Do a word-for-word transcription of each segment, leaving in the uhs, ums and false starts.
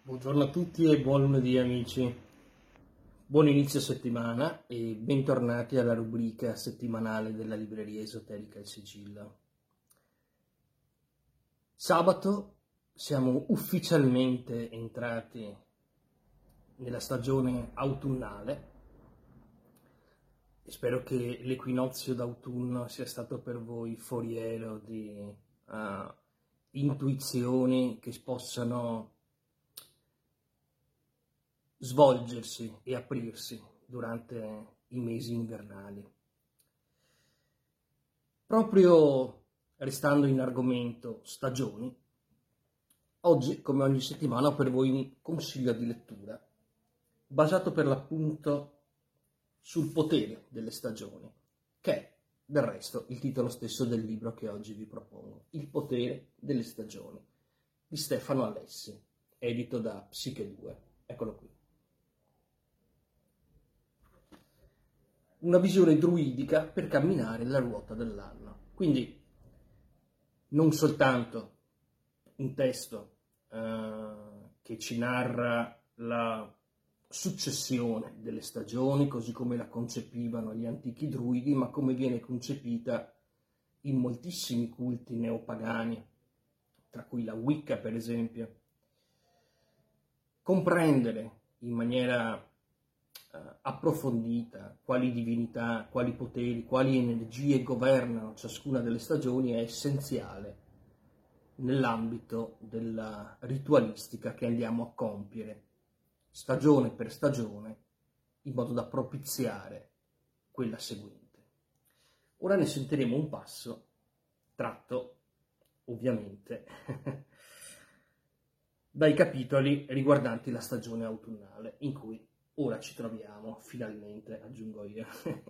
Buongiorno a tutti e buon lunedì amici, buon inizio settimana e bentornati alla rubrica settimanale della libreria esoterica Il Sigillo. Sabato siamo ufficialmente entrati nella stagione autunnale e spero che l'equinozio d'autunno sia stato per voi foriero di uh, intuizioni che possano svolgersi e aprirsi durante i mesi invernali. Proprio restando in argomento stagioni, oggi, come ogni settimana, ho per voi un consiglio di lettura basato per l'appunto sul potere delle stagioni, che è del resto il titolo stesso del libro che oggi vi propongo, Il potere delle stagioni, di Stefano Alessi, edito da Psiche due. Eccolo qui. Una visione druidica per camminare la ruota dell'anno. Quindi non soltanto un testo eh, che ci narra la successione delle stagioni, così come la concepivano gli antichi druidi, ma come viene concepita in moltissimi culti neopagani, tra cui la Wicca per esempio. Comprendere in maniera approfondita quali divinità, quali poteri, quali energie governano ciascuna delle stagioni è essenziale nell'ambito della ritualistica che andiamo a compiere stagione per stagione in modo da propiziare quella seguente. Ora ne sentiremo un passo tratto ovviamente dai capitoli riguardanti la stagione autunnale in cui ora ci troviamo, finalmente, aggiungo io.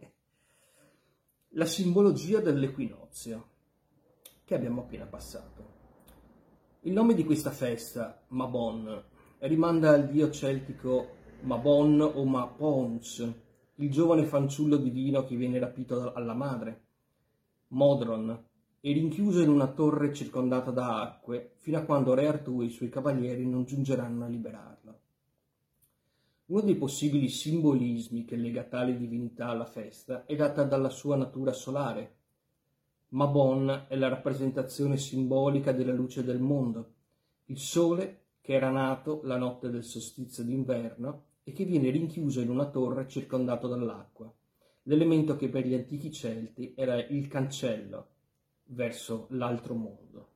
La simbologia dell'equinozio che abbiamo appena passato. Il nome di questa festa, Mabon, rimanda al dio celtico Mabon o Mapons, il giovane fanciullo divino che viene rapito alla madre, Modron, e rinchiuso in una torre circondata da acque fino a quando Re Artù e i suoi cavalieri non giungeranno a liberarlo. Uno dei possibili simbolismi che lega tale divinità alla festa è data dalla sua natura solare. Mabon è la rappresentazione simbolica della luce del mondo, il sole che era nato la notte del solstizio d'inverno e che viene rinchiuso in una torre circondato dall'acqua, l'elemento che per gli antichi Celti era il cancello verso l'altro mondo.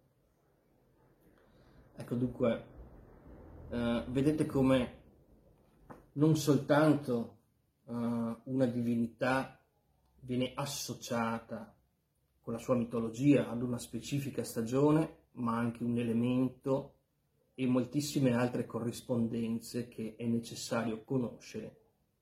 Ecco dunque, eh, vedete come non soltanto uh, una divinità viene associata con la sua mitologia ad una specifica stagione, ma anche un elemento e moltissime altre corrispondenze che è necessario conoscere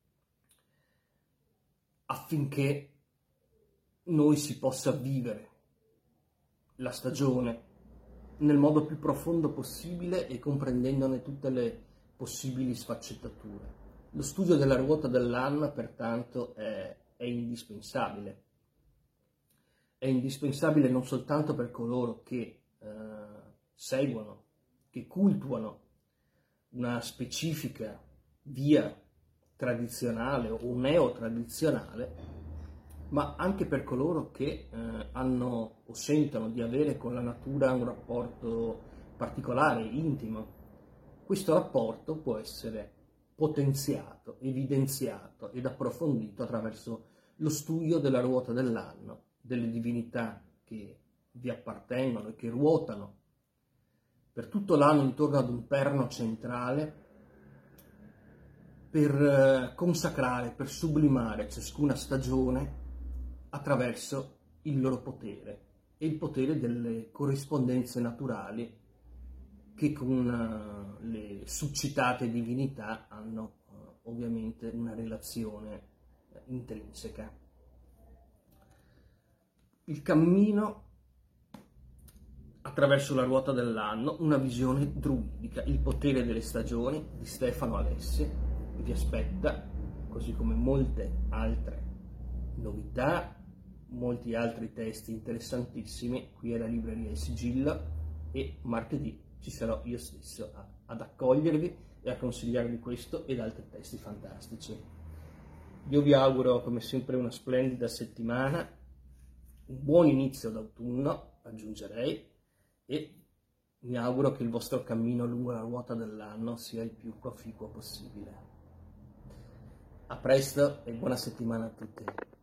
affinché noi si possa vivere la stagione nel modo più profondo possibile e comprendendone tutte le possibili sfaccettature. Lo studio della ruota dell'anno, pertanto, è, è indispensabile. È indispensabile non soltanto per coloro che eh, seguono, che cultuano una specifica via tradizionale o neotradizionale, ma anche per coloro che eh, hanno o sentono di avere con la natura un rapporto particolare, intimo. Questo rapporto può essere potenziato, evidenziato ed approfondito attraverso lo studio della ruota dell'anno, delle divinità che vi appartengono e che ruotano per tutto l'anno intorno ad un perno centrale per consacrare, per sublimare ciascuna stagione attraverso il loro potere e il potere delle corrispondenze naturali che con le suscitate divinità hanno ovviamente una relazione intrinseca. Il cammino attraverso la ruota dell'anno, una visione druidica, il potere delle stagioni di Stefano Alessi, vi aspetta, così come molte altre novità, molti altri testi interessantissimi qui alla libreria Il Sigillo, e martedì ci sarò io stesso a ad accogliervi e a consigliarvi questo ed altri testi fantastici. Io vi auguro come sempre una splendida settimana, un buon inizio d'autunno, aggiungerei, e mi auguro che il vostro cammino lungo la ruota dell'anno sia il più proficuo possibile. A presto e buona settimana a tutti.